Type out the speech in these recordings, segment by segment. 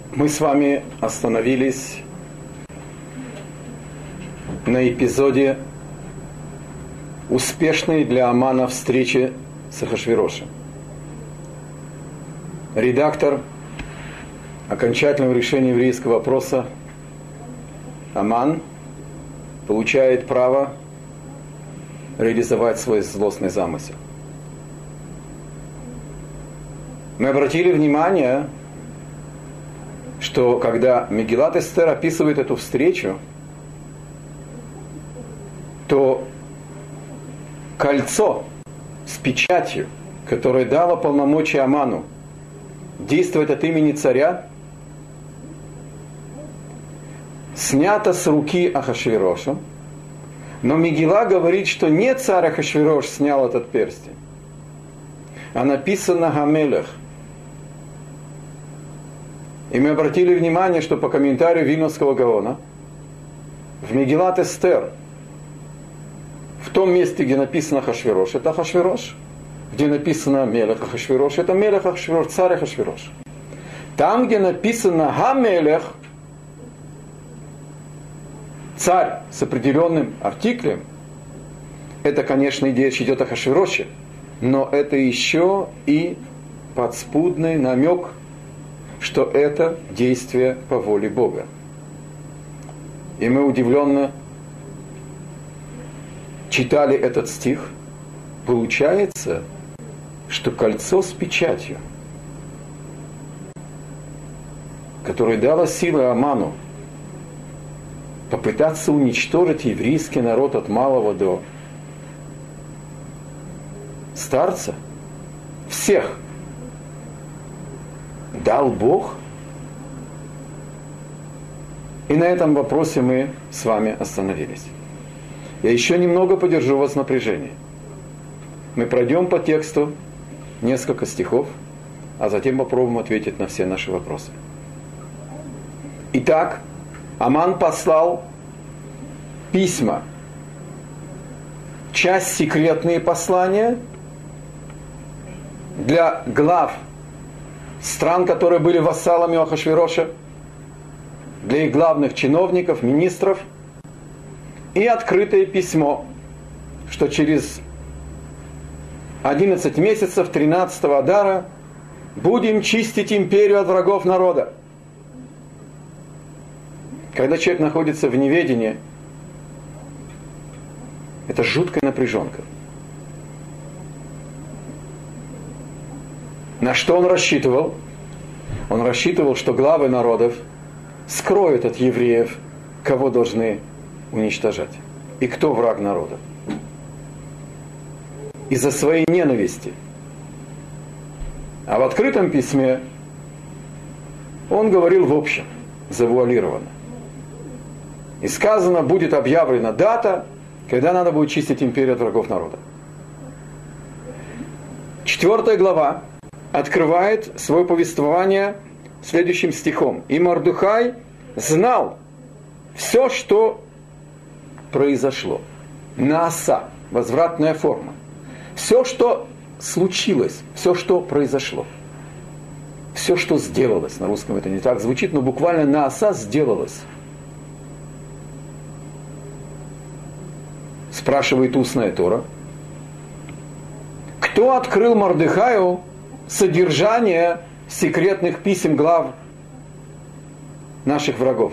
Мы с вами остановились на эпизоде успешной для Амана встречи с Ахашвирошем. Редактор окончательного решения еврейского вопроса Аман получает право реализовать свой злостный замысел. Мы обратили внимание, что когда Мегилат Эстер описывает эту встречу, то кольцо с печатью, которое дало полномочия Аману действовать от имени царя, снято с руки Ахашвироша, но Мегила говорит, что не царь Ахашвирош снял этот перстень, а написано «Гамелех». И мы обратили внимание, что по комментарию Вильнюсского Гаона в Мегилат Эстер, в том месте, где написано Ахашвирош, это Ахашвирош, где написано Мелех Ахашвирош, это Мелех Ахашвирош, царь Ахашвирош. Там, где написано Гамелех, царь с определенным артиклем, это, конечно, речь идет о Ахашвироше, но это еще и подспудный намек, что это действие по воле Бога. И мы удивленно читали этот стих. Получается, что кольцо с печатью, которое дало силы Аману попытаться уничтожить еврейский народ от малого до старца, всех дал Бог. И на этом вопросе мы с вами остановились. Я еще немного подержу вас в напряжении. Мы пройдем по тексту несколько стихов, а затем попробуем ответить на все наши вопросы. Итак, Аман послал письма, часть секретные послания для глав стран, которые были вассалами у Ахашвироша, для их главных чиновников, министров, и открытое письмо, что через 11 месяцев 13-го Адара будем чистить империю от врагов народа. Когда человек находится в неведении, это жуткая напряженка. На что он рассчитывал? Он рассчитывал, что главы народов скроют от евреев, кого должны уничтожать. И кто враг народа. Из-за своей ненависти. А в открытом письме он говорил в общем, завуалированно. И сказано, будет объявлена дата, когда надо будет чистить империю от врагов народа. 4 глава открывает свое повествование следующим стихом. И Мордехай знал все, что произошло. Нааса, возвратная форма. Все, что случилось, все, что произошло. Все, что сделалось. На русском это не так звучит, но буквально нааса сделалось. Спрашивает устная Тора. Кто открыл Мордехаю содержание секретных писем глав наших врагов?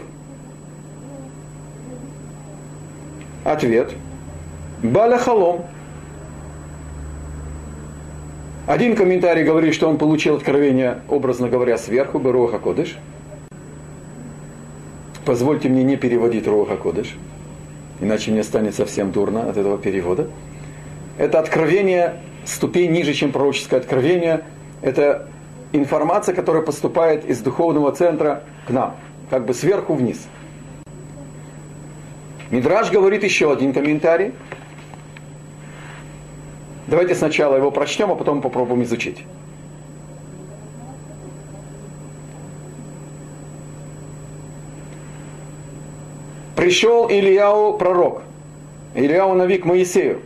Ответ. Баля Халом. Один комментарий говорит, что он получил откровение, образно говоря, сверху, Руах ха-Кодеш. Позвольте мне не переводить Руах ха-Кодеш, иначе мне станет совсем дурно от этого перевода. Это откровение, ступень ниже, чем пророческое откровение. Это информация, которая поступает из духовного центра к нам, как бы сверху вниз. Мидраш говорит еще один комментарий. Давайте сначала его прочтем, а потом попробуем изучить. Пришел Ильяу пророк, Ильяу Нави к Моисею,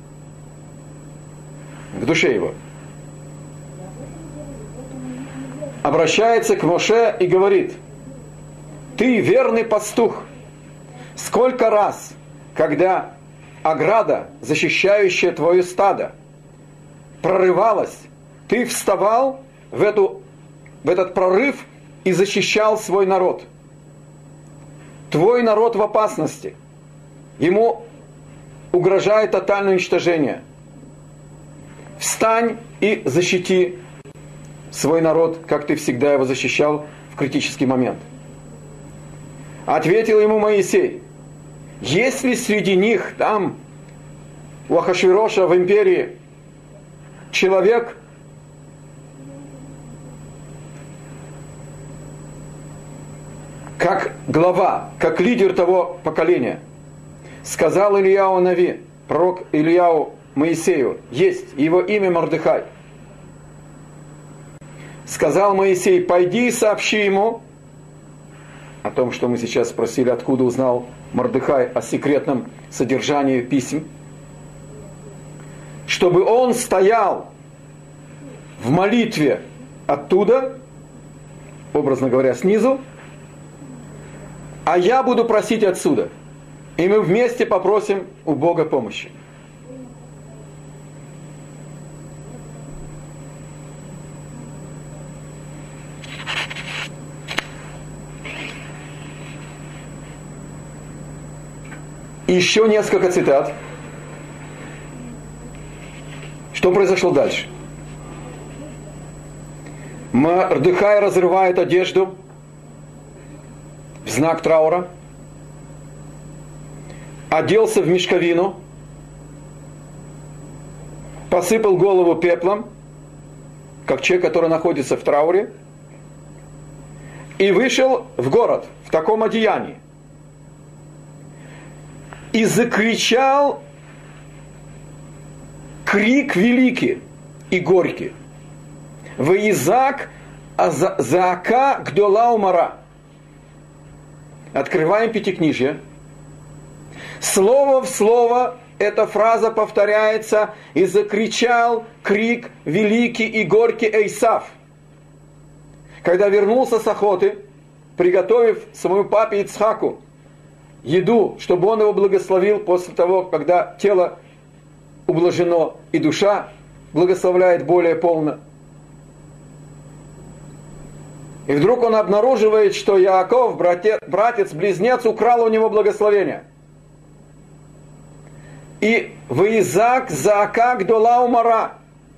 к душе его. обращается к Моше и говорит: ты верный пастух. Сколько раз, когда ограда, защищающая твое стадо, прорывалась, ты вставал в этот прорыв и защищал свой народ. Твой народ в опасности. Ему угрожает тотальное уничтожение. Встань и защити свой народ, как ты всегда его защищал в критический момент. Ответил ему Моисей: есть ли среди них там, у Ахашвироша в империи, человек, как глава, как лидер того поколения? Сказал Ильяу Нави, пророк Ильяу Моисею: есть, его имя Мордехай. Сказал Моисей: пойди и сообщи ему о том, что мы сейчас спросили, откуда узнал Мордехай о секретном содержании писем, чтобы он стоял в молитве оттуда, образно говоря, снизу, а я буду просить отсюда. И мы вместе попросим у Бога помощи. И еще несколько цитат. Что произошло дальше? Мордехай разрывает одежду в знак траура, оделся в мешковину, посыпал голову пеплом, как человек, который находится в трауре, и вышел в город в таком одеянии. И закричал крик великий и горький: «Ваизак заака гдола умара». Открываем Пятикнижье. Слово в слово эта фраза повторяется: «И закричал крик великий и горький Эйсав». Когда вернулся с охоты, приготовив своему папе Ицхаку еду, чтобы он его благословил после того, когда тело ублажено и душа благословляет более полно. И вдруг он обнаруживает, что Яаков, братец-близнец, украл у него благословение. И «Ваизак заака гдола умара».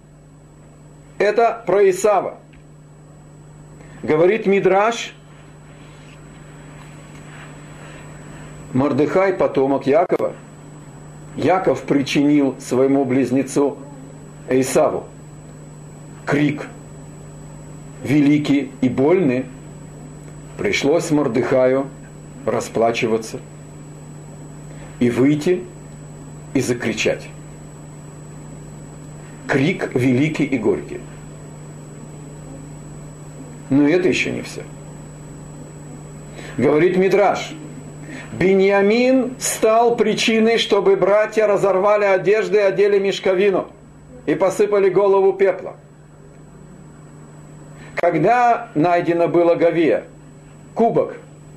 Это про Исава. Говорит Мидраш: Мордехай, потомок Якова, Яков причинил своему близнецу Исаву крик великий и больный. Пришлось Мордехаю расплачиваться и выйти и закричать. Крик великий и горький. Но это еще не все. Говорит Мидраш: Биньямин стал причиной, чтобы братья разорвали одежды, одели мешковину и посыпали голову пепла. Когда найдено было Гавия, кубок,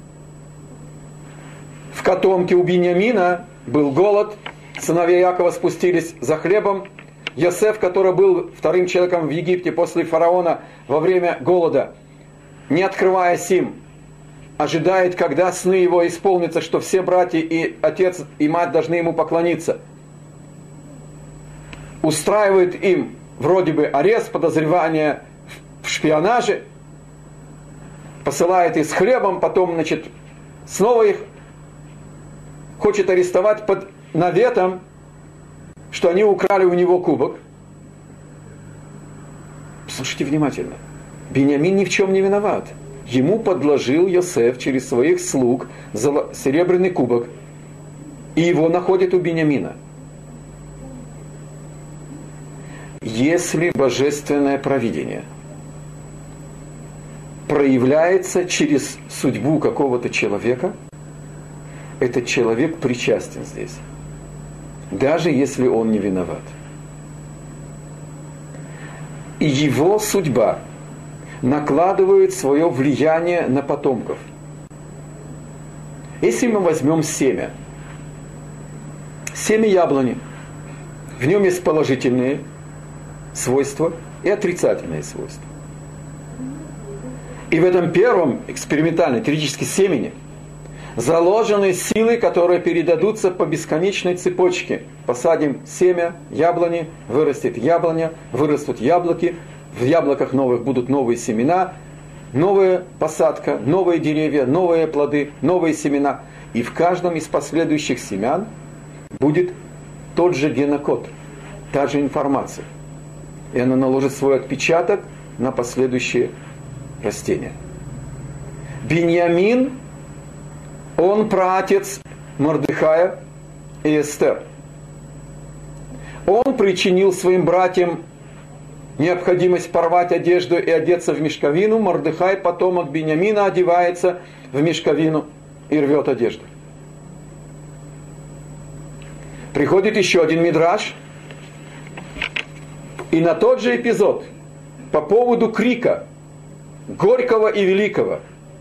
в котомке у Биньямина был голод, сыновья Якова спустились за хлебом. Йосеф, который был вторым человеком в Египте после фараона во время голода, не открываясь им, ожидает, когда сны его исполнятся, что все братья и отец и мать должны ему поклониться. Устраивает им вроде бы арест, подозревание в шпионаже, посылает их с хлебом, потом, снова их хочет арестовать под наветом, что они украли у него кубок. Слушайте внимательно. Биньямин ни в чем не виноват. Ему подложил Йосеф через своих слуг серебряный кубок, и его находит у Биньямина. Если божественное провидение проявляется через судьбу какого-то человека, этот человек причастен здесь, даже если он не виноват. И его судьба накладывает свое влияние на потомков. Если мы возьмем семя яблони, в нем есть положительные свойства и отрицательные свойства. И в этом первом экспериментальном теоретическом семени заложены силы, которые передадутся по бесконечной цепочке. Посадим семя яблони, вырастет яблоня, вырастут яблоки, в яблоках новых будут новые семена, новая посадка, новые деревья, новые плоды, новые семена. И в каждом из последующих семян будет тот же генокод, та же информация. И она наложит свой отпечаток на последующие растения. Биньямин, он праотец Мордехая и Эстер. Он причинил своим братьям необходимость порвать одежду и одеться в мешковину. Мордехай, потомок Биньямина, одевается в мешковину и рвет одежду. Приходит еще один мидраш, и на тот же эпизод по поводу крика горького и великого,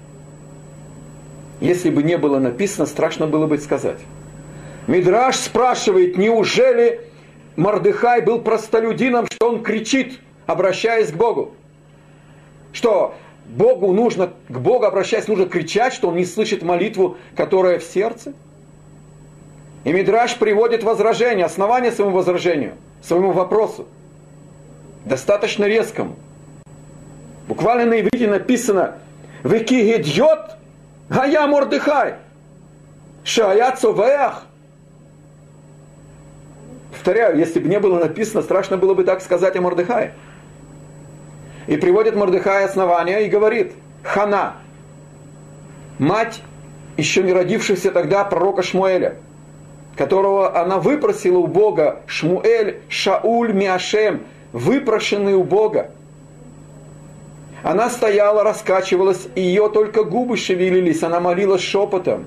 если бы не было написано, страшно было бы сказать. Мидраш спрашивает, неужели Мордехай был простолюдином, что он кричит, обращаясь к Богу? Что Богу нужно, к Богу обращаясь, нужно кричать, что он не слышит молитву, которая в сердце? И Мидраш приводит возражение, основание своему возражению, своему вопросу. Достаточно резкому. Буквально на иврите написано «Веки гедьот гая Мордехай, шая цовеах». Повторяю, если бы не было написано, страшно было бы так сказать о Мордехае. И приводит Мордехай основание и говорит: Хана, мать еще не родившегося тогда пророка Шмуэля, которого она выпросила у Бога, Шмуэль Шауль Миашем, выпрошенный у Бога. Она стояла, раскачивалась, и ее только губы шевелились, она молилась шепотом.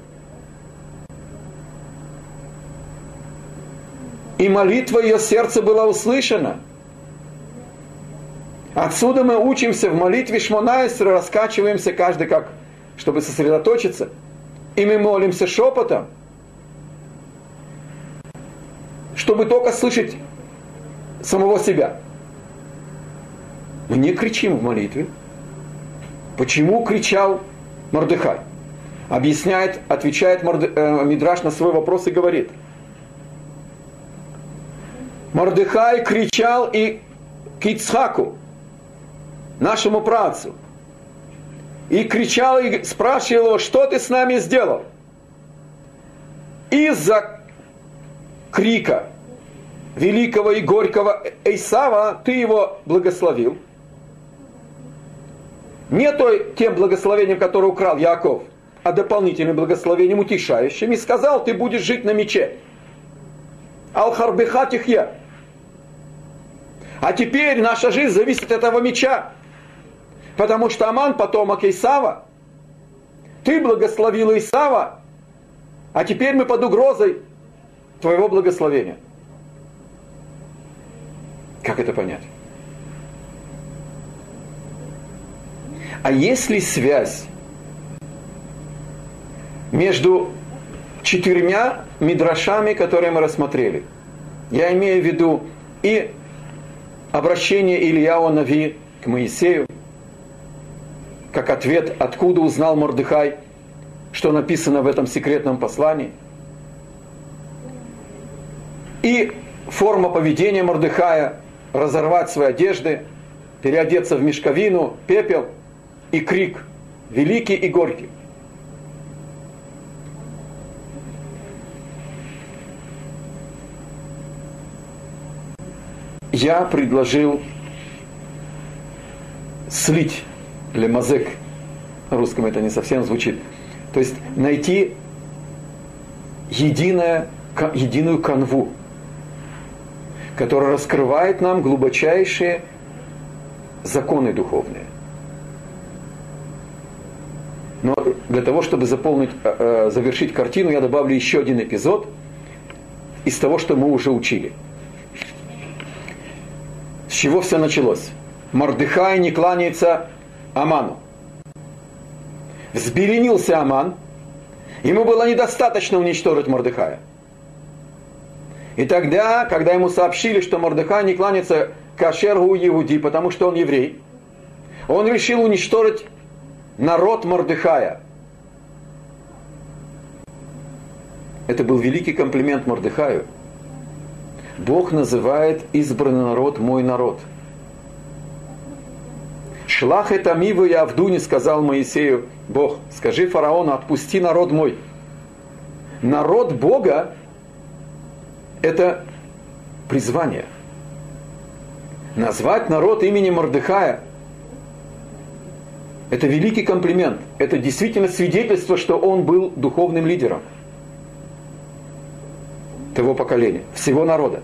И молитва ее сердца была услышана. Отсюда мы учимся в молитве Шмона-Эсрей, раскачиваемся каждый как, чтобы сосредоточиться. И мы молимся шепотом, чтобы только слышать самого себя. Мы не кричим в молитве. Почему кричал Мордехай? Отвечает Мидраш на свой вопрос и говорит: Мордехай кричал и к Ицхаку, нашему праотцу, и кричал и спрашивал его: что ты с нами сделал? Из-за крика великого и горького Эйсава ты его благословил. Не тем благословением, которое украл Яаков, а дополнительным благословением, утешающим, и сказал: ты будешь жить на мече. Ал-Харбеха Тихья. А теперь наша жизнь зависит от этого меча. Потому что Аман потомок Исава. Ты благословил Исава, а теперь мы под угрозой твоего благословения. Как это понять? А есть ли связь между 4 мидрашами, которые мы рассмотрели? Я имею в виду и обращение Ильяу Нави к Моисею, как ответ, откуда узнал Мордехай, что написано в этом секретном послании, и форма поведения Мордехая — разорвать свои одежды, переодеться в мешковину, пепел, и крик великий и горький. Я предложил слить лемазек, на русском это не совсем звучит, то есть найти единую канву, которая раскрывает нам глубочайшие законы духовные. Но для того, чтобы завершить картину, я добавлю еще один эпизод из того, что мы уже учили. С чего все началось? Мордехай не кланяется Аману. Взбеленился Аман. Ему было недостаточно уничтожить Мордехая. И тогда, когда ему сообщили, что Мордехай не кланяется кашергу Иуди, потому что он еврей, он решил уничтожить народ Мордехая. Это был великий комплимент Мордехаю. Бог называет избранный народ мой народ. Шлах это миву и Авдуни, сказал Моисею Бог, скажи фараону, отпусти народ мой. Народ Бога – это призвание. Назвать народ именем Мордехая – это великий комплимент. Это действительно свидетельство, что он был духовным лидером того поколения, всего народа.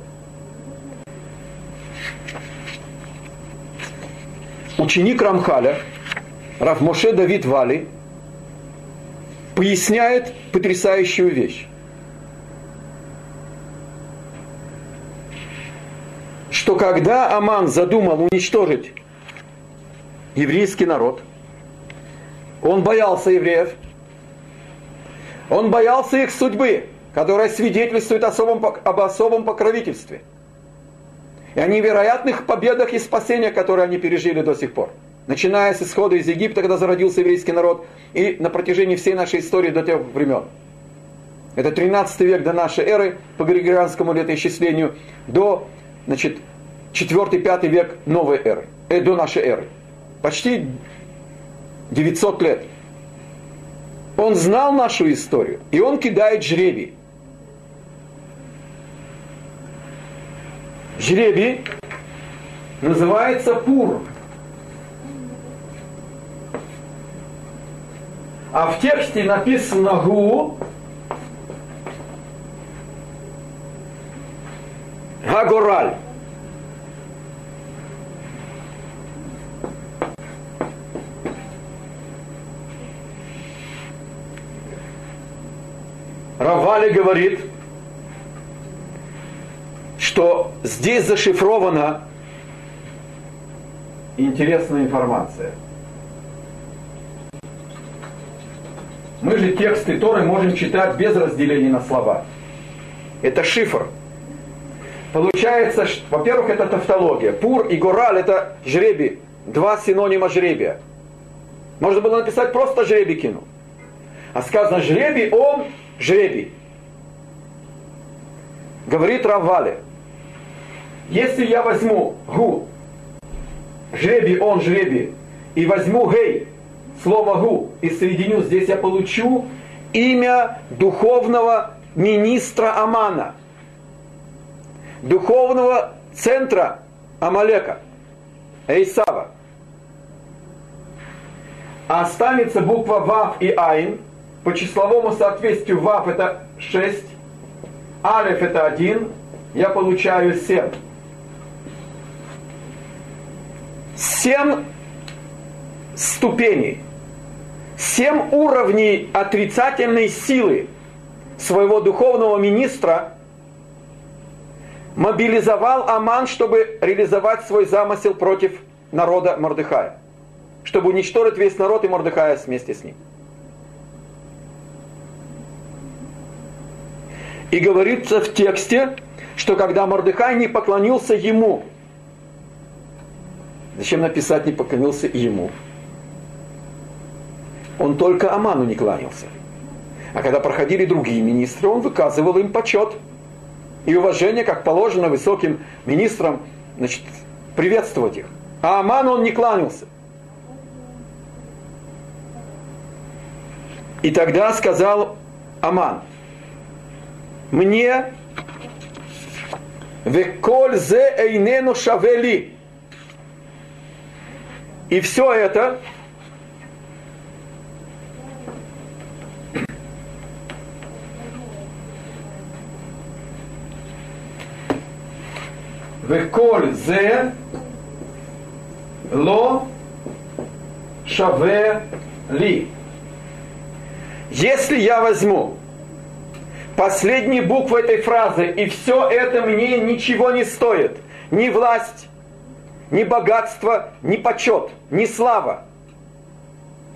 Ученик Рамхаля, Рав Моше Давид Вали, поясняет потрясающую вещь. Что когда Аман задумал уничтожить еврейский народ, он боялся евреев, он боялся их судьбы, которая свидетельствует об особом покровительстве и о невероятных победах и спасениях, которые они пережили до сих пор. Начиная с исхода из Египта, когда зародился еврейский народ, и на протяжении всей нашей истории до тех времен. Это 13 век до нашей эры, по григорианскому летоисчислению, до 4-5 век новой эры, до нашей эры. Почти 900 лет. Он знал нашу историю, и он кидает жребий. Жребий называется Пур. А в тексте написано Гу, Гагораль. Рав Вали говорит, что здесь зашифрована интересная информация. Мы же тексты Торы можем читать без разделения на слова. Это шифр. Получается, во-первых, это тавтология. Пур и гораль – это жребий. Два синонима жребия. Можно было написать просто жребий кинул. А сказано жребий, он жребий. Говорит Рав Вали, если я возьму гу, жребий, он жребий, и возьму гей, слово гу, и соединю, здесь я получу имя духовного министра Амана, духовного центра Амалека, Эйсава. А останется буква Вав и Айн. По числовому соответствию Вав это 6, Алеф это 1, я получаю 7. 7 ступеней, 7 уровней отрицательной силы своего духовного министра мобилизовал Аман, чтобы реализовать свой замысел против народа Мордехая, чтобы уничтожить весь народ и Мордехая вместе с ним. И говорится в тексте, что когда Мордехай не поклонился ему, зачем написать не поклонился ему? Он только Аману не кланялся. А когда проходили другие министры, он выказывал им почет и уважение, как положено высоким министрам, приветствовать их. А Аману он не кланялся. И тогда сказал Аман: мне веколь зе эйнену шавели. И все это веколь зе ло шавели. Если я возьму последние буквы этой фразы, и все это мне ничего не стоит, ни власть, ни богатство, ни почет, ни слава,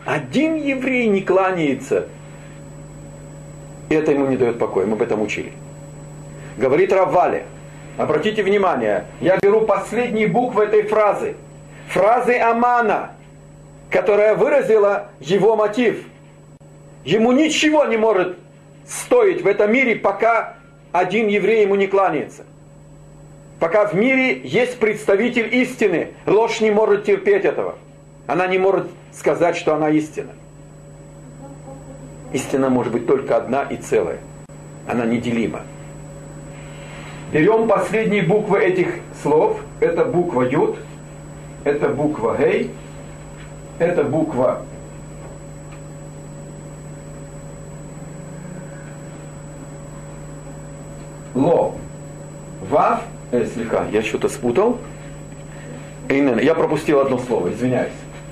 один еврей не кланяется, это ему не дает покоя, мы об этом учили. Говорит Рав Валя, обратите внимание, я беру последние буквы этой фразы Амана, которая выразила его мотив. Ему ничего не может стоить в этом мире, пока один еврей ему не кланяется. Пока в мире есть представитель истины, ложь не может терпеть этого. Она не может сказать, что она истина. Истина может быть только одна и целая. Она неделима. Берем последние буквы этих слов. Это буква Юд, это буква Гей, это буква Ло. Вав. Слегка, я что-то спутал. Я пропустил одно слово, извиняюсь.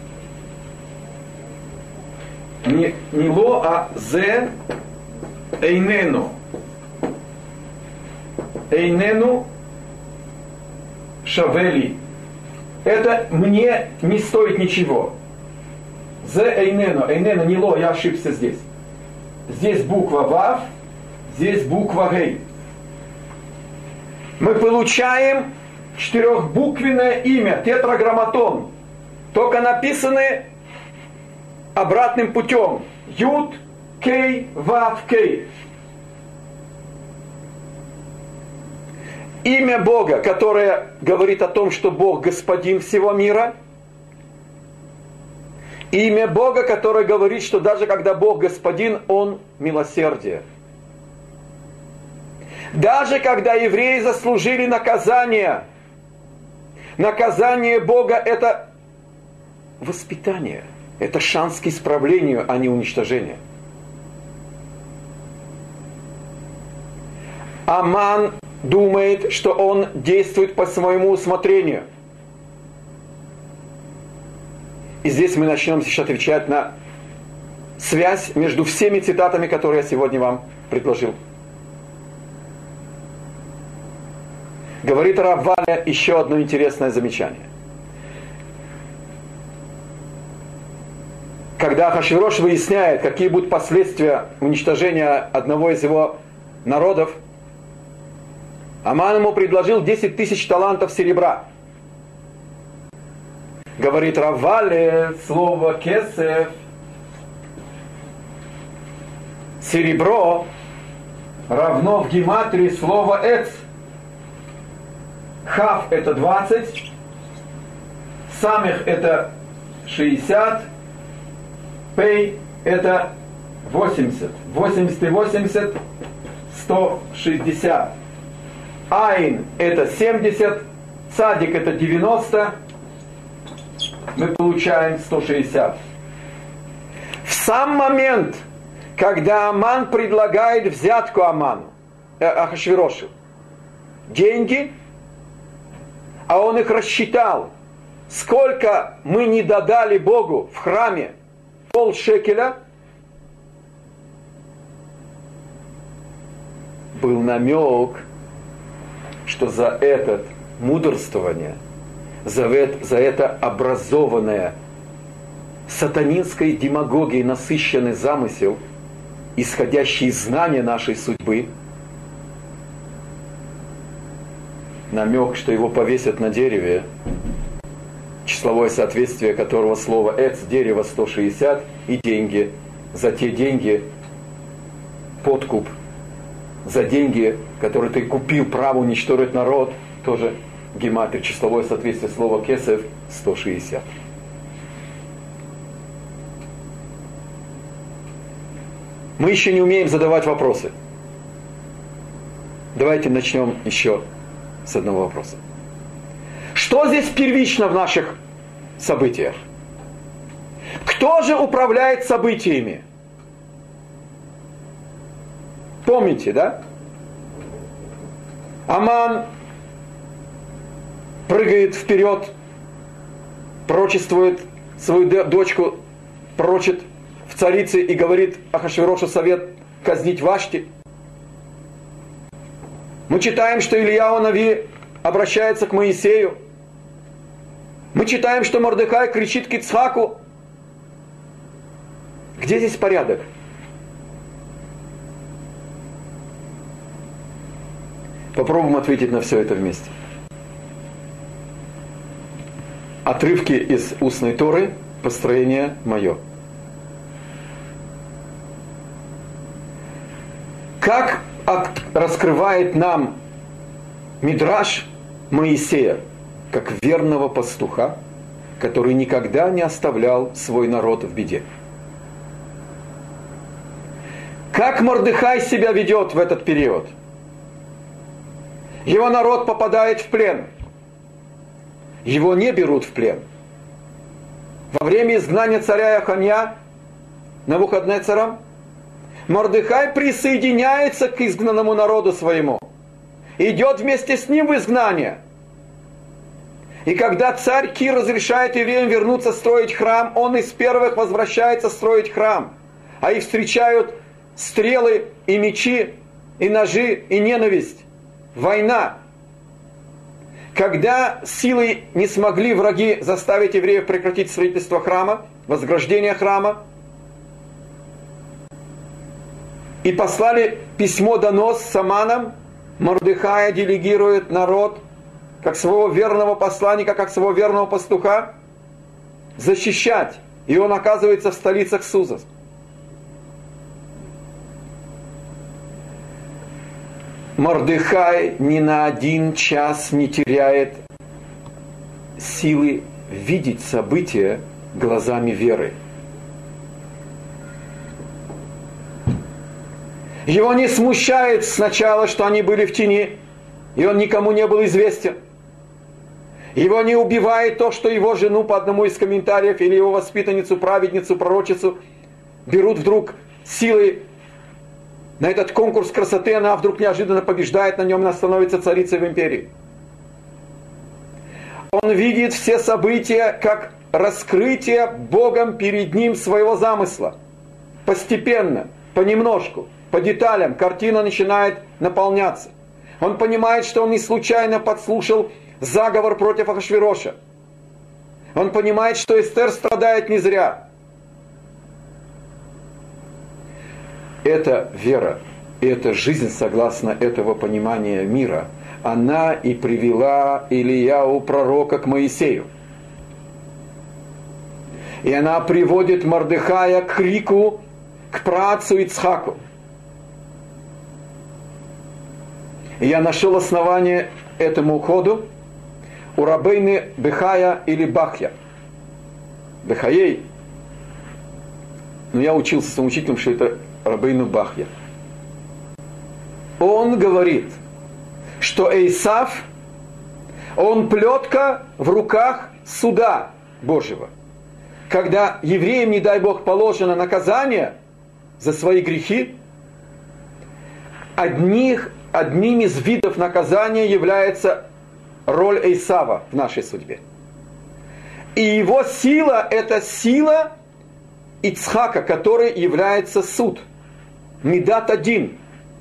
Не Ло, а Зе. Эйнену. Эйнену Шавели. Это мне не стоит ничего. Зе Эйнену. Эйнену не Ло, я ошибся здесь. Здесь буква Вав, здесь буква Гей. Мы получаем четырехбуквенное имя, тетраграмматон, только написаны обратным путем. Юд, Кей, Вав, Кей. Имя Бога, которое говорит о том, что Бог господин всего мира. Имя Бога, которое говорит, что даже когда Бог господин, Он милосердие. Даже когда евреи заслужили наказание Бога – это воспитание, это шанс к исправлению, а не уничтожение. Аман думает, что он действует по своему усмотрению. И здесь мы начнем сейчас отвечать на связь между всеми цитатами, которые я сегодня вам предложил. Говорит Рав Валя еще одно интересное замечание. Когда Ахашвирош выясняет, какие будут последствия уничтожения одного из его народов, Аман ему предложил 10 тысяч талантов серебра. Говорит Рав Валя, слово кесев, серебро, равно в гематрии слово эц. Хав это 20, самих это 60, пей это 80. 80 и 80, 160. Айн это 70, цадик это 90, мы получаем 160. В сам момент, когда Аман предлагает взятку Ахашвирошу, деньги, а он их рассчитал, сколько мы не додали Богу в храме, полшекеля, был намек, что за это мудрствование, за это образованное сатанинской демагогией насыщенный замысел, исходящий из знания нашей судьбы, намек, что его повесят на дереве, числовое соответствие которого слово «эц», дерево 160, и деньги. За те деньги подкуп, за деньги, которые ты купил право уничтожить народ, тоже гематрия, числовое соответствие слова «кесев» 160. Мы еще не умеем задавать вопросы. Давайте начнем еще с одного вопроса. Что здесь первично в наших событиях? Кто же управляет событиями? Помните, да? Аман прыгает вперед, пророчествует свою дочку, пророчит в царице и говорит Ахашвирошу совет казнить Вашти. Мы читаем, что Ильяу Нави обращается к Моисею. Мы читаем, что Мордехай кричит к Ицхаку. Где здесь порядок? Попробуем ответить на все это вместе. Отрывки из устной Торы, построение мое. Как раскрывает нам Мидраш Моисея, как верного пастуха, который никогда не оставлял свой народ в беде. Как Мордехай себя ведет в этот период? Его народ попадает в плен. Его не берут в плен. Во время изгнания царя Яхонья Навуходнецаром Мордехай присоединяется к изгнанному народу своему. Идет вместе с ним в изгнание. И когда царь Кир разрешает евреям вернуться строить храм, он из первых возвращается строить храм. А их встречают стрелы и мечи, и ножи, и ненависть. Война. Когда силой не смогли враги заставить евреев прекратить строительство храма, возграждение храма, и послали письмо-донос с Аманом, Мордехай делегирует народ, как своего верного посланника, как своего верного пастуха, защищать. И он оказывается в столицах Суза. Мордехай ни на один час не теряет силы видеть события глазами веры. Его не смущает сначала, что они были в тени, и он никому не был известен. Его не убивает то, что его жену по одному из комментариев или его воспитанницу, праведницу, пророчицу берут вдруг силой на этот конкурс красоты, она вдруг неожиданно побеждает на нем, она становится царицей в империи. Он видит все события как раскрытие Богом перед ним своего замысла. Постепенно, понемножку, по деталям картина начинает наполняться. Он понимает, что он не случайно подслушал заговор против Ахашвироша. Он понимает, что Эстер страдает не зря. Эта вера, эта жизнь, согласно этого понимания мира, она и привела Илияу, пророка, к Моисею. И она приводит Мордехая к крику, к праотцу Ицхаку. И я нашел основание этому уходу у рабейны Бехая или Бахья. Бехаей. Но я учился с своим учителем, что это рабейну Бахья. Он говорит, что Эйсав, он плетка в руках суда Божьего. Когда евреям, не дай Бог, положено наказание за свои грехи, одним из видов наказания является роль Эйсава в нашей судьбе. И его сила – это сила Ицхака, который является суд. Мидат один.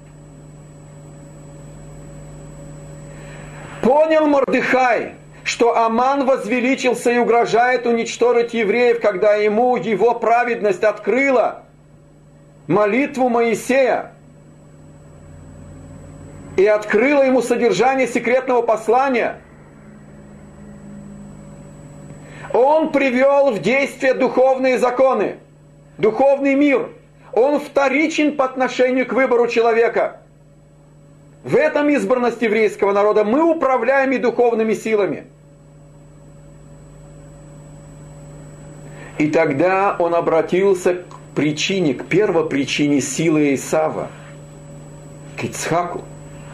Понял Мордехай, что Аман возвеличился и угрожает уничтожить евреев, когда ему его праведность открыла молитву Моисея и открыла ему содержание секретного послания. Он привел в действие духовные законы, духовный мир. Он вторичен по отношению к выбору человека. В этом избранность еврейского народа. Мы управляем и духовными силами. И тогда он обратился к причине, к первопричине силы Исава, к Ицхаку,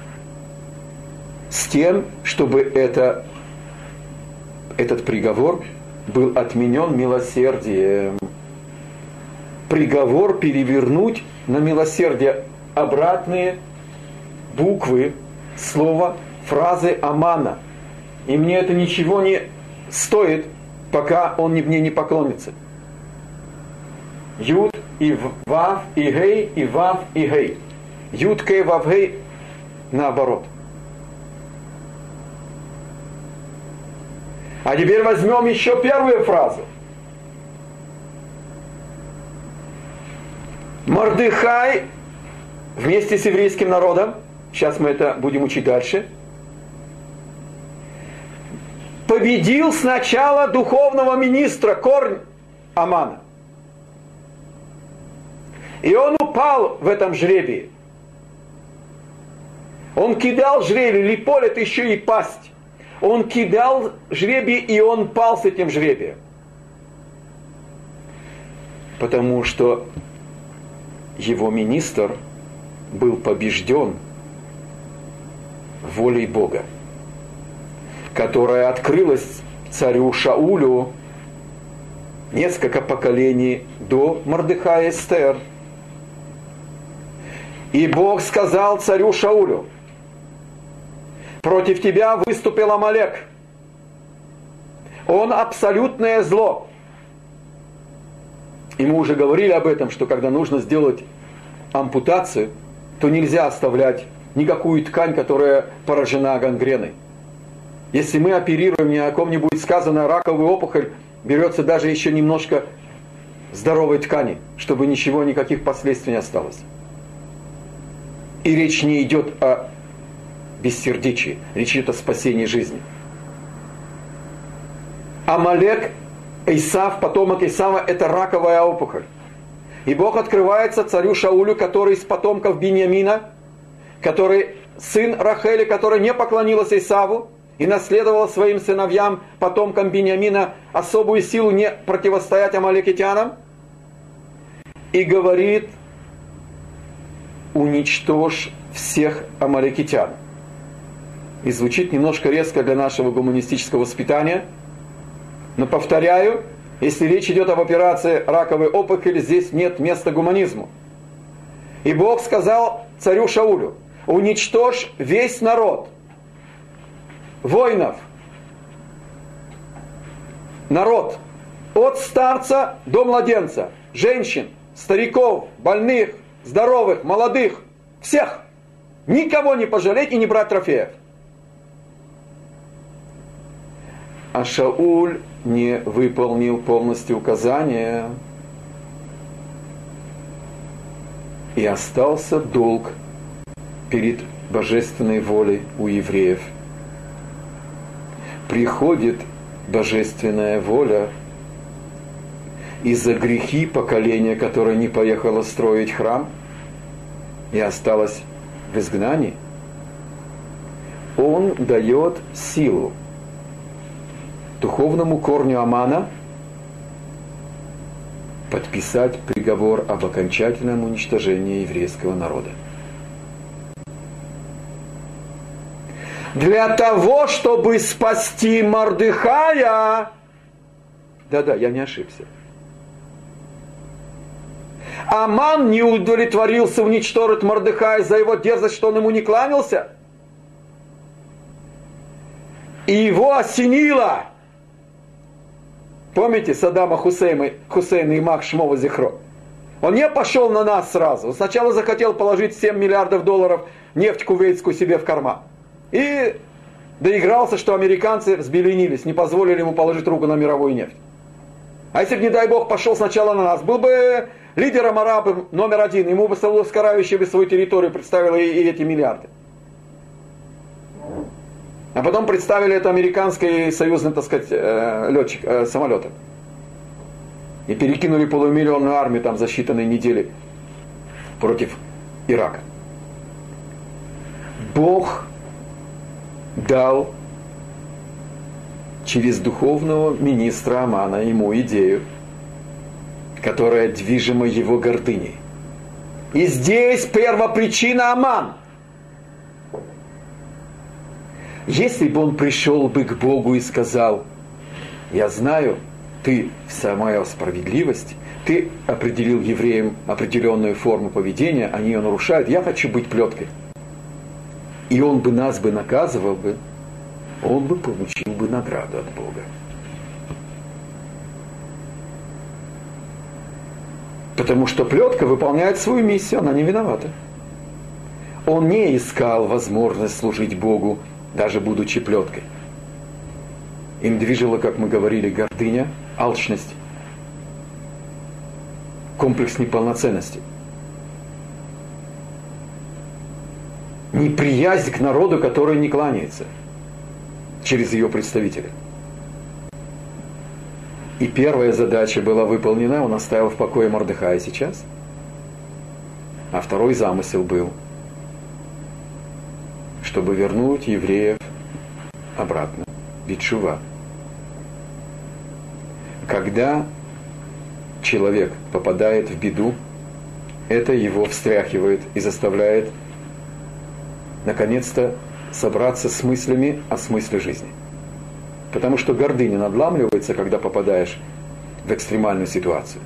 с тем, чтобы этот приговор был отменен милосердием. Приговор перевернуть на милосердие. Обратные буквы, слова, фразы Амана. И мне это ничего не стоит, пока он мне не поклонится. Юд и Вав и Гей, и Вав и Гей. Юд, Кей, Вав, Гей, наоборот. А теперь возьмем еще первую фразу. Мордехай вместе с еврейским народом, сейчас мы это будем учить дальше, победил сначала духовного министра корень Амана. И он упал в этом жребии. Он кидал жребий, липоль это еще и пасть. Он кидал жребий, и он пал с этим жребием. Потому что его министр был побежден волей Бога, которая открылась царю Шаулю несколько поколений до Мордехая Эстер. И Бог сказал царю Шаулю: против тебя выступил Амалек. Он абсолютное зло. И мы уже говорили об этом, что когда нужно сделать ампутацию, то нельзя оставлять никакую ткань, которая поражена гангреной. Если мы оперируем, ни о ком-нибудь сказано, раковую опухоль, берется даже еще немножко здоровой ткани, чтобы ничего, никаких последствий не осталось. И речь не идет о бессердечии, речь идет о спасении жизни. Амалек, Исав, потомок Исава, это раковая опухоль. И Бог открывается царю Шаулю, который из потомков Биньямина, который сын Рахели, которая не поклонилась Исаву и наследовала своим сыновьям, потомкам Биньямина, особую силу не противостоять амалекитянам. И говорит: уничтожь всех амалекитян. И звучит немножко резко для нашего гуманистического воспитания, но повторяю, если речь идет об операции раковой опухоли, здесь нет места гуманизму. И Бог сказал царю Шаулю: уничтожь весь народ, воинов, народ, от старца до младенца, женщин, стариков, больных, здоровых, молодых, всех. Никого не пожалеть и не брать трофеев. А Шауль не выполнил полностью указания. И остался долг перед божественной волей у евреев. Приходит божественная воля, и за грехи поколения, которое не поехало строить храм и осталось в изгнании, он дает силу духовному корню Амана подписать приговор об окончательном уничтожении еврейского народа. Для того, чтобы спасти Мордехая, да-да, я не ошибся, Аман не удовлетворился уничтожить Мордехая за его дерзость, что он ему не кланялся. И его осенило. Помните Саддама Хусейна и Мах Шмова Зихро? Он не пошел на нас сразу. Он сначала захотел положить 7 миллиардов долларов нефть кувейтскую себе в карман. И доигрался, что американцы взбеленились, не позволили ему положить руку на мировую нефть. А если бы, не дай Бог, пошел сначала на нас, был бы лидером арабов номер один, ему бы Сауловскаравичи бы свою территорию представили и эти миллиарды. А потом представили это американский союзный, так сказать, самолетом. И перекинули полумиллионную армию там за считанные недели против Ирака. Бог дал через духовного министра Амана ему идею, которая движима его гордыней. И здесь первопричина Аман. Если бы он пришел бы к Богу и сказал: я знаю, ты вся моя справедливость, ты определил евреям определенную форму поведения, они ее нарушают, я хочу быть плеткой. И он бы нас бы наказывал бы, он бы получил бы награду от Бога. Потому что плетка выполняет свою миссию, она не виновата. Он не искал возможность служить Богу, даже будучи плеткой. Им движила, как мы говорили, гордыня, алчность, комплекс неполноценности. неприязнь к народу, который не кланяется через ее представителей. И первая задача была выполнена, он оставил в покое Мордехая сейчас. А второй замысел был, чтобы вернуть евреев обратно, битшува. Когда человек попадает в беду, это его встряхивает и заставляет наконец-то собраться с мыслями о смысле жизни. Потому что гордыня надламливается, когда попадаешь в экстремальную ситуацию.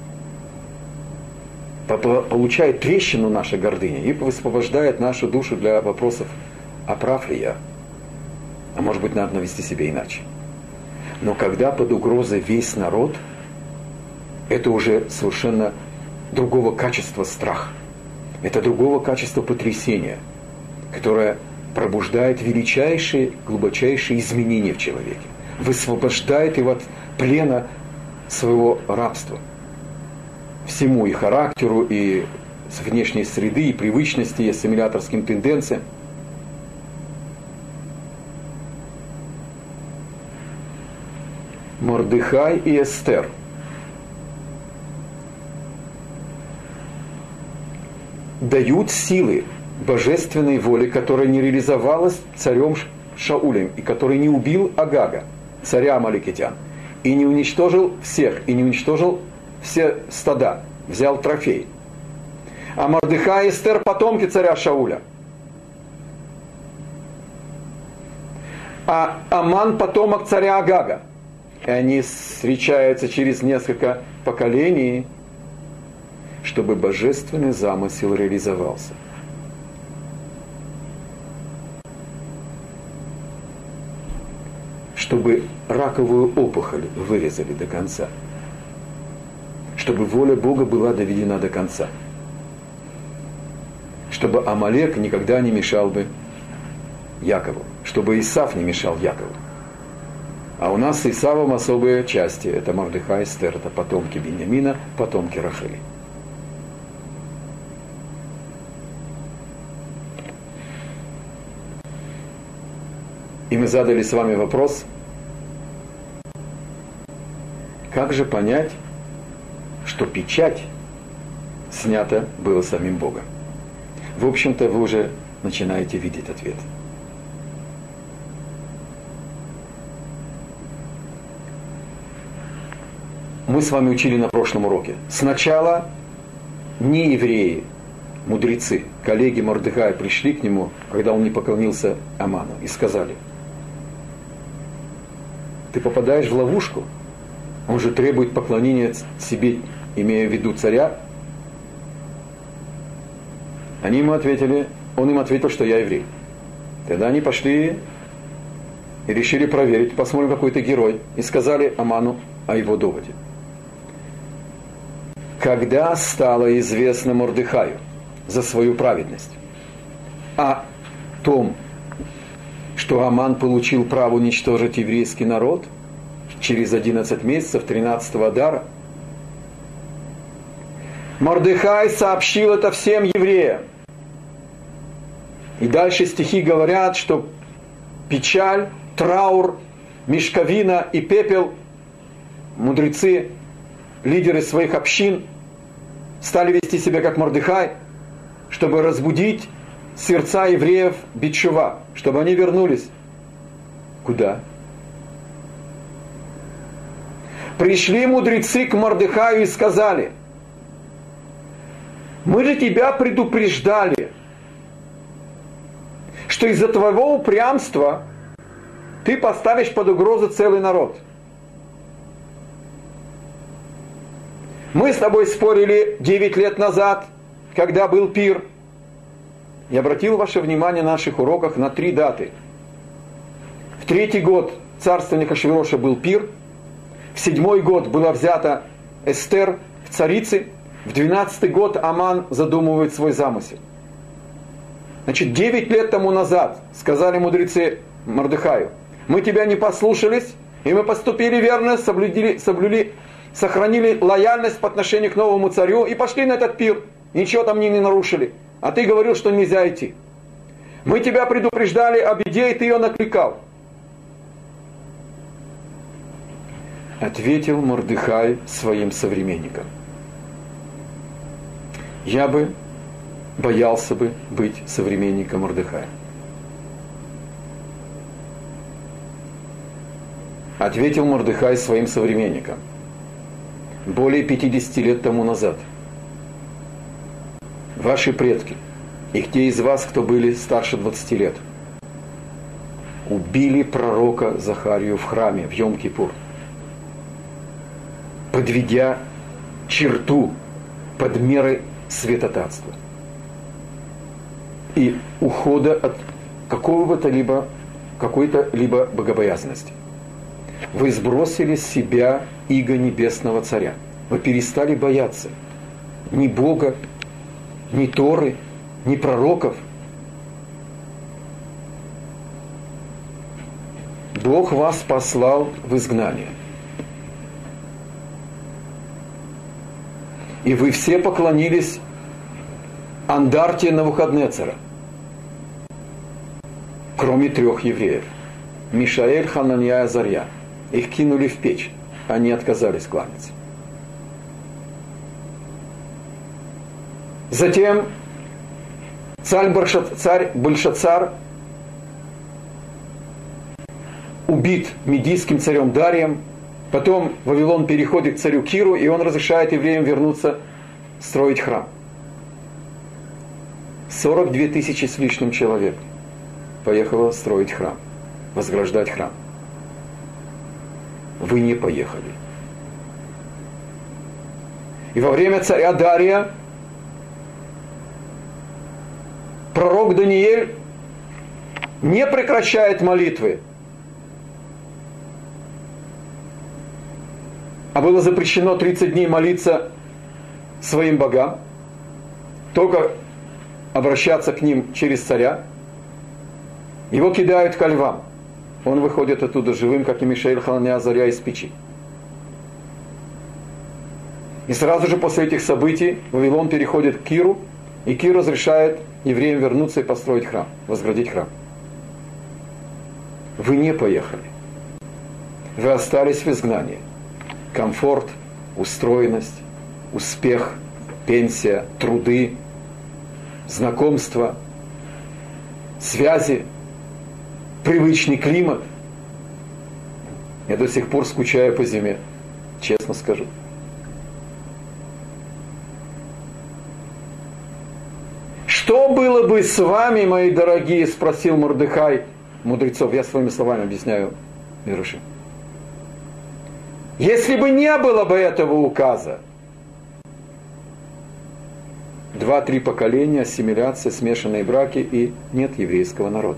Получает трещину наша гордыня и высвобождает нашу душу для вопросов, а прав ли я? А может быть, надо вести себя иначе. Но когда под угрозой весь народ, это уже совершенно другого качества страх. Это другого качества потрясения, которое пробуждает величайшие, глубочайшие изменения в человеке. Высвобождает его от плена своего рабства. Всему, и характеру, и с внешней среды, и привычности, и ассимиляторским тенденциям. Мордехай и Эстер дают силы божественной воли, которая не реализовалась царем Шаулем, и который не убил Агага, царя амаликитян, и не уничтожил всех, и не уничтожил все стада, взял трофей. А Мордехай и Эстер потомки царя Шауля. А Аман потомок царя Агага. И они встречаются через несколько поколений, чтобы божественный замысел реализовался. Чтобы раковую опухоль вырезали до конца. Чтобы воля Бога была доведена до конца. Чтобы Амалек никогда не мешал бы Якову. Чтобы Исав не мешал Якову. А у нас с Исавом особые части. Это Мордехай и Эстер, это потомки Биньямина, потомки Рахили. И мы задали с вами вопрос, как же понять, что печать снята была самим Богом? В общем-то, вы уже начинаете видеть ответ. Мы с вами учили на прошлом уроке. Сначала не евреи, мудрецы, коллеги Мордехая пришли к нему, когда он не поклонился Аману, и сказали: ты попадаешь в ловушку, он же требует поклонения себе, имея в виду царя. Они ему ответили, он им ответил, что я еврей. Тогда они пошли и решили проверить, посмотрим, какой ты герой, и сказали Аману о его доводе. Когда стало известно Мордехаю за свою праведность о том, что Аман получил право уничтожить еврейский народ через 11 месяцев 13-го Адара, Мордехай сообщил это всем евреям. И дальше стихи говорят, что печаль, траур, мешковина и пепел, мудрецы, лидеры своих общин, стали вести себя как Мордехай, чтобы разбудить сердца евреев битшува, чтобы они вернулись. Куда? Пришли мудрецы к Мордехаю и сказали: мы же тебя предупреждали, что из-за твоего упрямства ты поставишь под угрозу целый народ. Мы с тобой спорили 9 лет назад, когда был пир. Я обратил ваше внимание на наших уроках на 3 даты. В 3-й год царствования Ахашвироша был пир. В 7-й год была взята Эстер в царицы. В 12-й год Аман задумывает свой замысел. Значит, 9 лет тому назад сказали мудрецы Мордехаю: мы тебя не послушались, и мы поступили верно, сохранили лояльность по отношению к новому царю и пошли на этот пир. Ничего там не нарушили. А ты говорил, что нельзя идти. Мы тебя предупреждали о беде, и ты ее накликал. Ответил Мордехай своим современникам: я бы боялся бы быть современником Мордехая. Ответил Мордехай своим современникам: более 50 лет тому назад ваши предки и те из вас, кто были старше 20 лет, убили пророка Захарию в храме в Йом-Кипур, подведя черту под мерой святотатства и ухода от какой-то либо богобоязненности. Вы сбросили с себя иго небесного царя. Вы перестали бояться ни Бога, ни Торы, ни пророков. Бог вас послал в изгнание. И вы все поклонились андарте Навуходнецера, кроме 3 евреев: Мишаэль, Хананья и Азарья. Их кинули в печь, они отказались кланяться. Затем царь Бельшацар убит медийским царем Дарием. Потом Вавилон переходит к царю Киру, и он разрешает евреям вернуться строить храм. 42 тысячи с лишним человек поехало строить храм, возграждать храм. Вы не поехали. И во время царя Дария пророк Даниэль не прекращает молитвы, а было запрещено 30 дней молиться своим богам, только обращаться к ним через царя. Его кидают ко львам. Он выходит оттуда живым, как и Мишаэль, Хананья, Азарья из печи. И сразу же после этих событий Вавилон переходит к Киру, и Кир разрешает евреям вернуться и построить храм, возградить храм. Вы не поехали. Вы остались в изгнании. Комфорт, устроенность, успех, пенсия, труды, знакомства, связи, привычный климат. Я до сих пор скучаю по зиме, честно скажу. Что было бы с вами, мои дорогие, спросил Мордехай мудрецов. Я своими словами объясняю Мируши. Если бы не было бы этого указа, 2-3 поколения, ассимиляция, смешанные браки, и нет еврейского народа.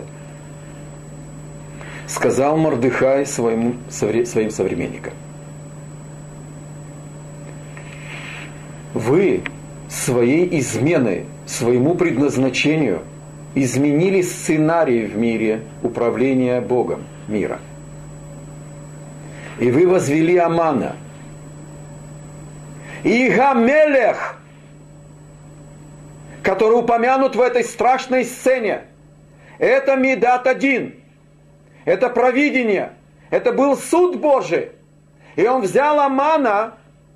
Сказал Мордехай своим современникам: вы своей изменой своему предназначению изменили сценарий в мире управления Богом мира. И вы возвели Амана. И Гамелех, который упомянут в этой страшной сцене, это Медат один. Это провидение. Это был суд Божий. И он взял Амана,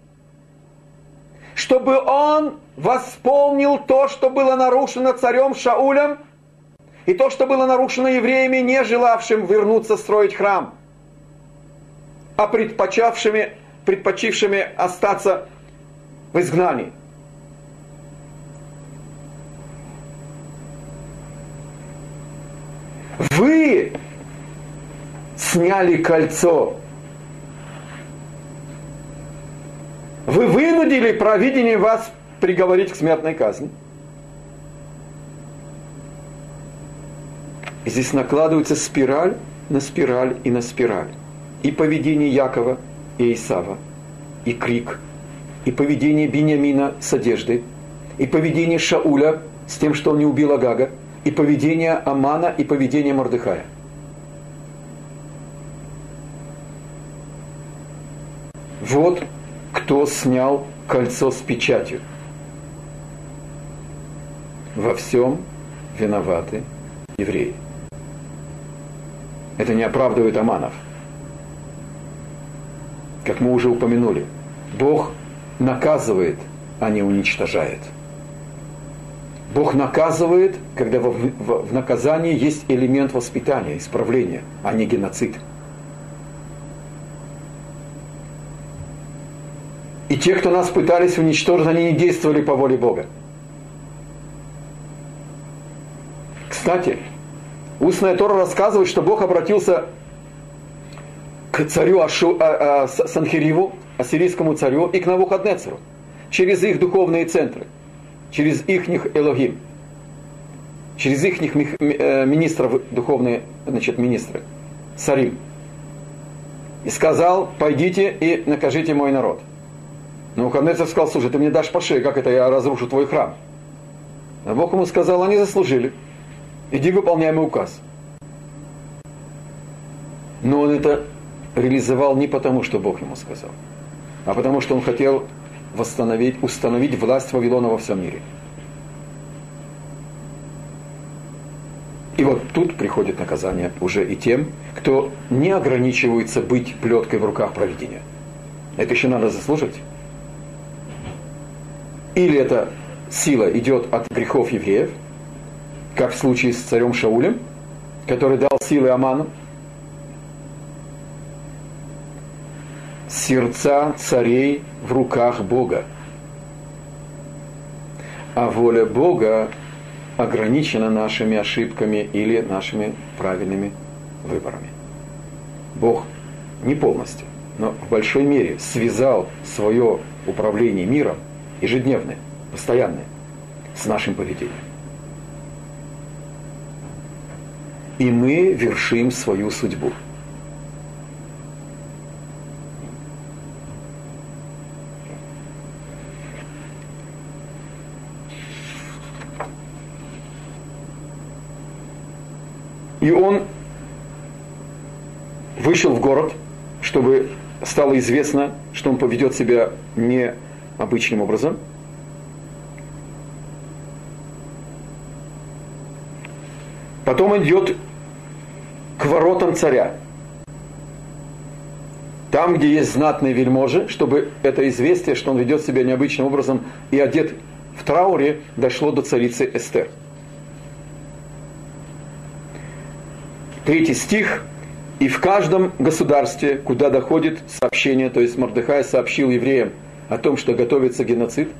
чтобы он восполнил то, что было нарушено царем Шаулем, и то, что было нарушено евреями, не желавшим вернуться строить храм, а предпочившими остаться в изгнании. Вы сняли кольцо. Вы вынудили провидение вас приговорить к смертной казни. И здесь накладывается спираль на спираль и на спираль. И поведение Якова и Исава, и крик, и поведение Биньямина с одеждой, и поведение Шауля с тем, что он не убил Агага, и поведение Амана, и поведение Мордехая. Вот кто снял кольцо с печатью. Во всем виноваты евреи. Это не оправдывает Аманов. Как мы уже упомянули, Бог наказывает, а не уничтожает. Бог наказывает, когда в наказании есть элемент воспитания, исправления, а не геноцид. И те, кто нас пытались уничтожить, они не действовали по воле Бога. Кстати, устная Тора рассказывает, что Бог обратился к царю Санхериву, ассирийскому царю, и к Навуходнецеру через их духовные центры, через ихних Элогим, через ихних министров, духовные, министры, царим. И сказал: пойдите и накажите мой народ. Навуходнецер сказал: слушай, ты мне дашь по шее, как это я разрушу твой храм? А Бог ему сказал: они заслужили. Иди, выполняй мой указ. Но он это реализовал не потому, что Бог ему сказал, а потому, что он хотел установить власть Вавилона во всем мире. И вот тут приходит наказание уже и тем, кто не ограничивается быть плеткой в руках провидения. Это еще надо заслужить. Или эта сила идет от грехов евреев, как в случае с царем Шаулем, который дал силы Аману. Сердца царей в руках Бога. А воля Бога ограничена нашими ошибками или нашими правильными выборами. Бог не полностью, но в большой мере связал свое управление миром, ежедневное, постоянное, с нашим поведением. И мы вершим свою судьбу. И он вышел в город, чтобы стало известно, что он поведет себя необычным образом. Потом он идет к воротам царя. Там, где есть знатные вельможи, чтобы это известие, что он ведет себя необычным образом и одет в трауре, дошло до царицы Эстер. 3 стих. «И в каждом государстве, куда доходит сообщение, то есть Мордехай сообщил евреям о том, что готовится геноцид,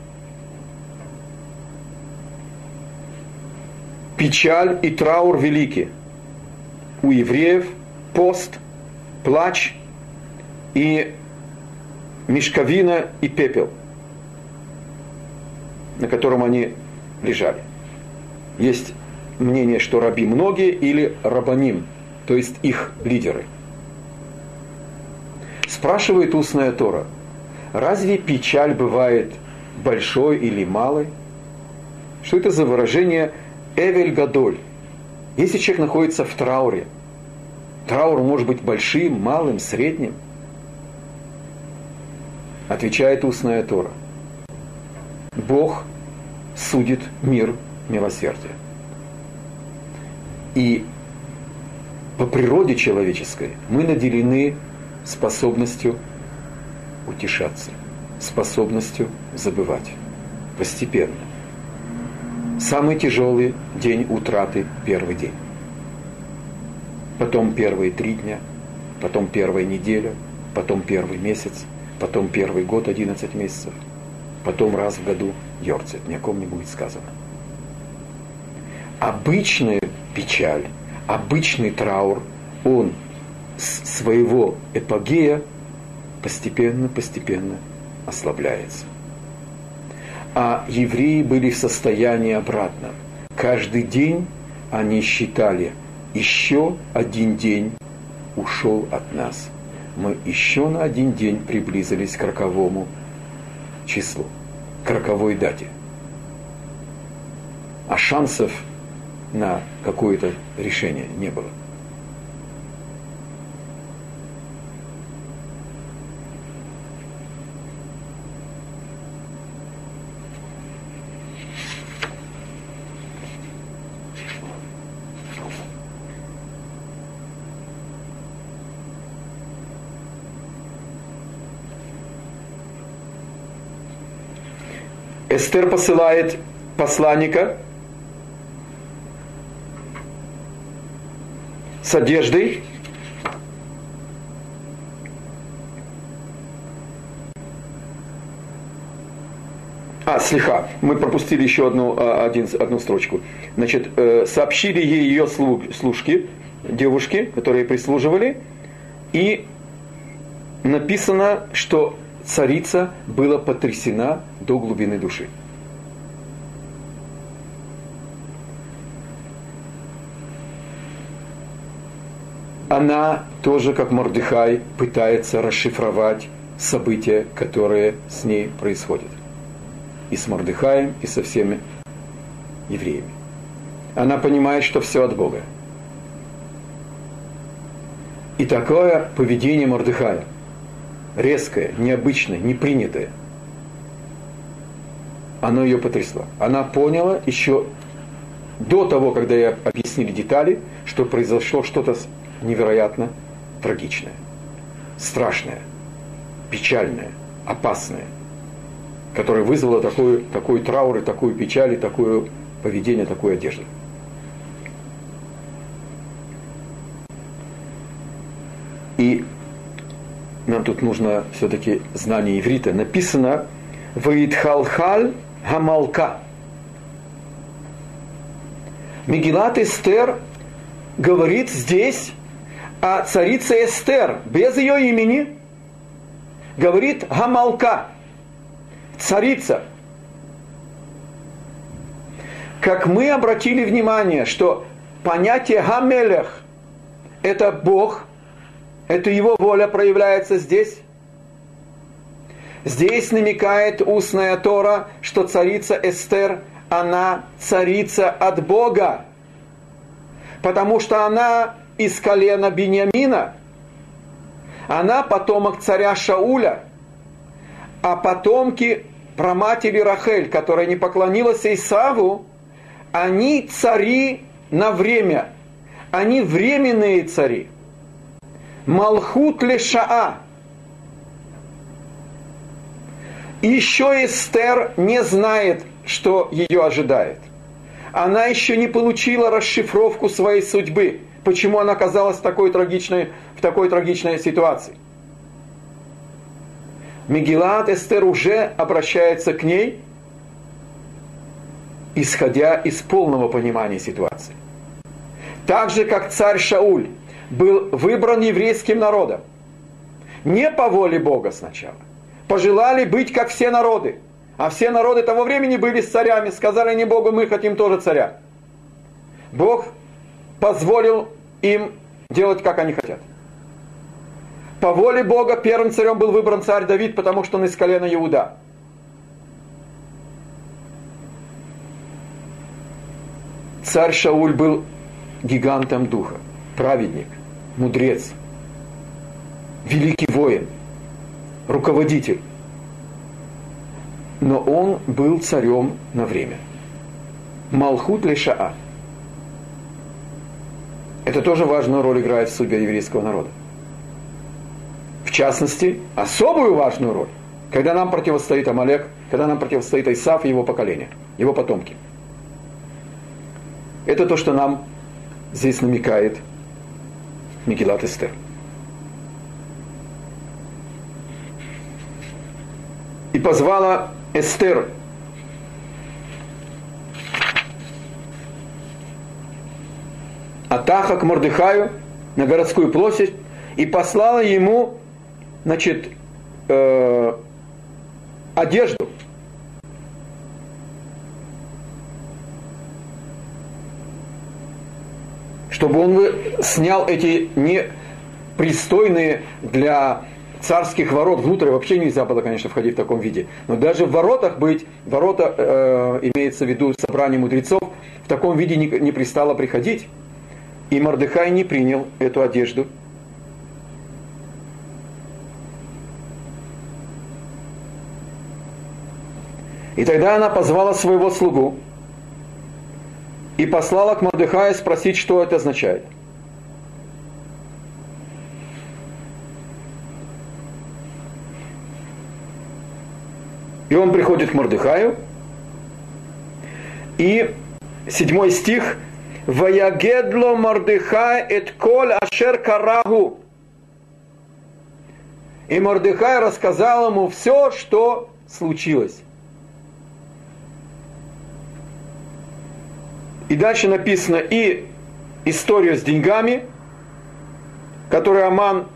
печаль и траур велики. У евреев пост, плач и мешковина и пепел, на котором они лежали». Есть мнение, что раби многие или рабаним, то есть их лидеры. Спрашивает устная Тора: разве печаль бывает большой или малой? Что это за выражение «эвель гадоль»? Если человек находится в трауре, траур может быть большим, малым, средним. Отвечает устная Тора: Бог судит мир милосердия. И по природе человеческой мы наделены способностью утешаться, способностью забывать постепенно. Самый тяжелый день утраты – первый день. Потом первые 3 дня, потом первая неделя, потом первый месяц, потом первый год 11 месяцев, потом раз в году йорцет, ни о ком не будет сказано. Обычная печаль, обычный траур, он с своего эпогея постепенно ослабляется. А евреи были в состоянии обратном. Каждый день они считали: еще один день ушел от нас. Мы еще на один день приблизились к 40-му числу, к 40-й дате. А шансов на какое-то решение не было. Эстер посылает посланника с одеждой, мы пропустили еще одну строчку. Значит, сообщили ей ее служки, девушки, которые прислуживали, и написано, что царица была потрясена до глубины души. Она тоже, как Мордехай, пытается расшифровать события, которые с ней происходят. И с Мордехаем, и со всеми евреями. Она понимает, что все от Бога. И такое поведение Мордехая, резкое, необычное, непринятое, оно ее потрясло. Она поняла еще до того, когда ей объяснили детали, что произошло что-то невероятно трагичное, страшное, печальное, опасное, которое вызвало такой траур, и такую печаль, и такое поведение, такую одежду. И нам тут нужно все-таки знание иврита. Написано «Ваидхалхаль гамалка». Мегилат Эстер говорит здесь о царице Эстер, без ее имени, говорит гамалка, царица. Как мы обратили внимание, что понятие гамелех – это Бог, это Его воля проявляется здесь. Здесь намекает устная Тора, что царица Эстер, она царица от Бога, потому что она из колена Биньямина, она потомок царя Шауля, а потомки праматери Рахель, которая не поклонилась Исаву, они цари на время, они временные цари. Малхут лешаа. Еще Эстер не знает, что ее ожидает. Она еще не получила расшифровку своей судьбы, почему она оказалась в такой трагичной ситуации. Мегилат Эстер уже обращается к ней, исходя из полного понимания ситуации. Так же, как царь Шауль был выбран еврейским народом, не по воле Бога сначала, пожелали быть как все народы, а все народы того времени были с царями, сказали не Богу, мы хотим тоже царя. Бог позволил им делать, как они хотят. По воле Бога первым царем был выбран царь Давид, потому что он из колена Иуда. Царь Шауль был гигантом духа, праведник, мудрец, великий воин, руководитель. Но он был царем на время. Малхут лешаа. Это тоже важную роль играет в судьбе еврейского народа. В частности, особую важную роль, когда нам противостоит Амалек, когда нам противостоит Исав и его поколение, его потомки. Это то, что нам здесь намекает Мегилат Эстер. И позвала Эстер Атаха к Мордехаю на городскую площадь и послала ему, значит, одежду. Чтобы он снял эти непристойные для царских ворот. Внутрь вообще нельзя было, конечно, входить в таком виде. Но даже в воротах быть, ворота, имеется в виду собрание мудрецов, в таком виде не пристало приходить. И Мордехай не принял эту одежду. И тогда она позвала своего слугу и послала к Мордехаю спросить, что это означает. И он приходит к Мордехаю И 7 стих. «Ваягедло Мордехай эт коль ашер карагу». И Мордехай рассказал ему все, что случилось. И дальше написано и историю с деньгами, которую Аман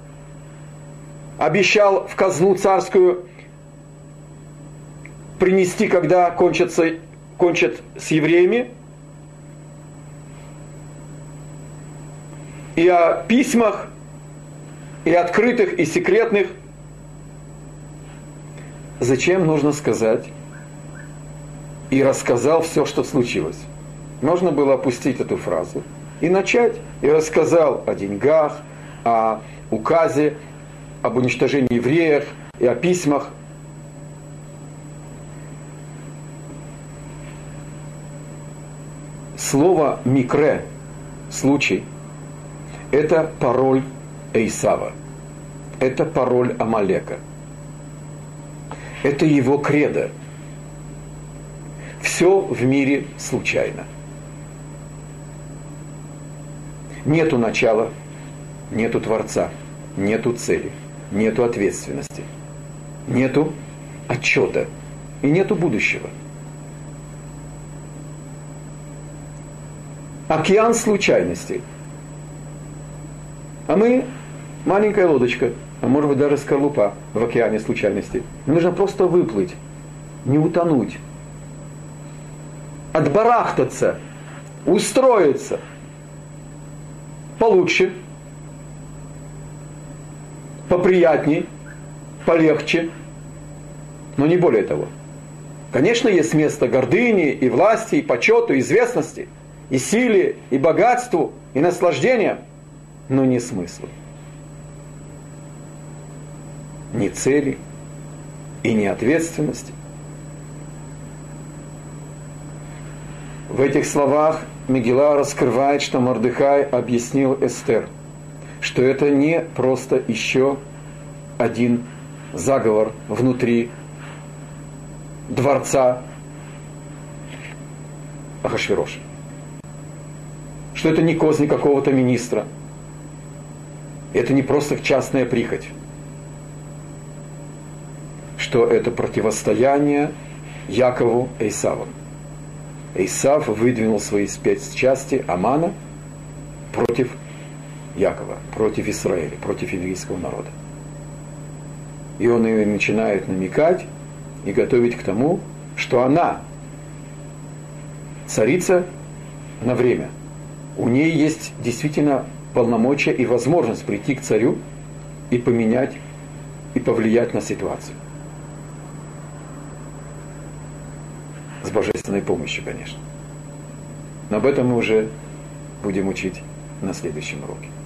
обещал в казну царскую принести, когда кончат с евреями, и о письмах, и открытых, и секретных. Зачем нужно сказать? И рассказал все, что случилось. Можно было опустить эту фразу и начать. И рассказал о деньгах, о указе, об уничтожении евреев и о письмах. Слово «микре» – случай – это пароль Эйсава. Это пароль Амалека. Это его кредо. Все в мире случайно. Нету начала, нету Творца, нету цели, нету ответственности, нету отчета и нету будущего. Океан случайностей. А мы маленькая лодочка, а может быть даже скорлупа в океане случайностей. Нужно просто выплыть, не утонуть, отбарахтаться, устроиться получше, поприятней, полегче, но не более того. Конечно, есть место гордыни и власти, и почету, и известности, и силе, и богатству, и наслаждениям, но не смыслу, ни цели и ни ответственности. В этих словах Мегилла раскрывает, что Мордехай объяснил Эстер, что это не просто еще один заговор внутри дворца Ахашвероша, что это не козни какого-то министра, это не просто частная прихоть, что это противостояние Якову Эйсаву. Эйсав выдвинул свои спецчасти Амана против Якова, против Израиля, против еврейского народа. И он и начинает намекать и готовить к тому, что она царица на время. У ней есть действительно полномочия и возможность прийти к царю и поменять, и повлиять на ситуацию. С божественной помощью, конечно. Но об этом мы уже будем учить на следующем уроке.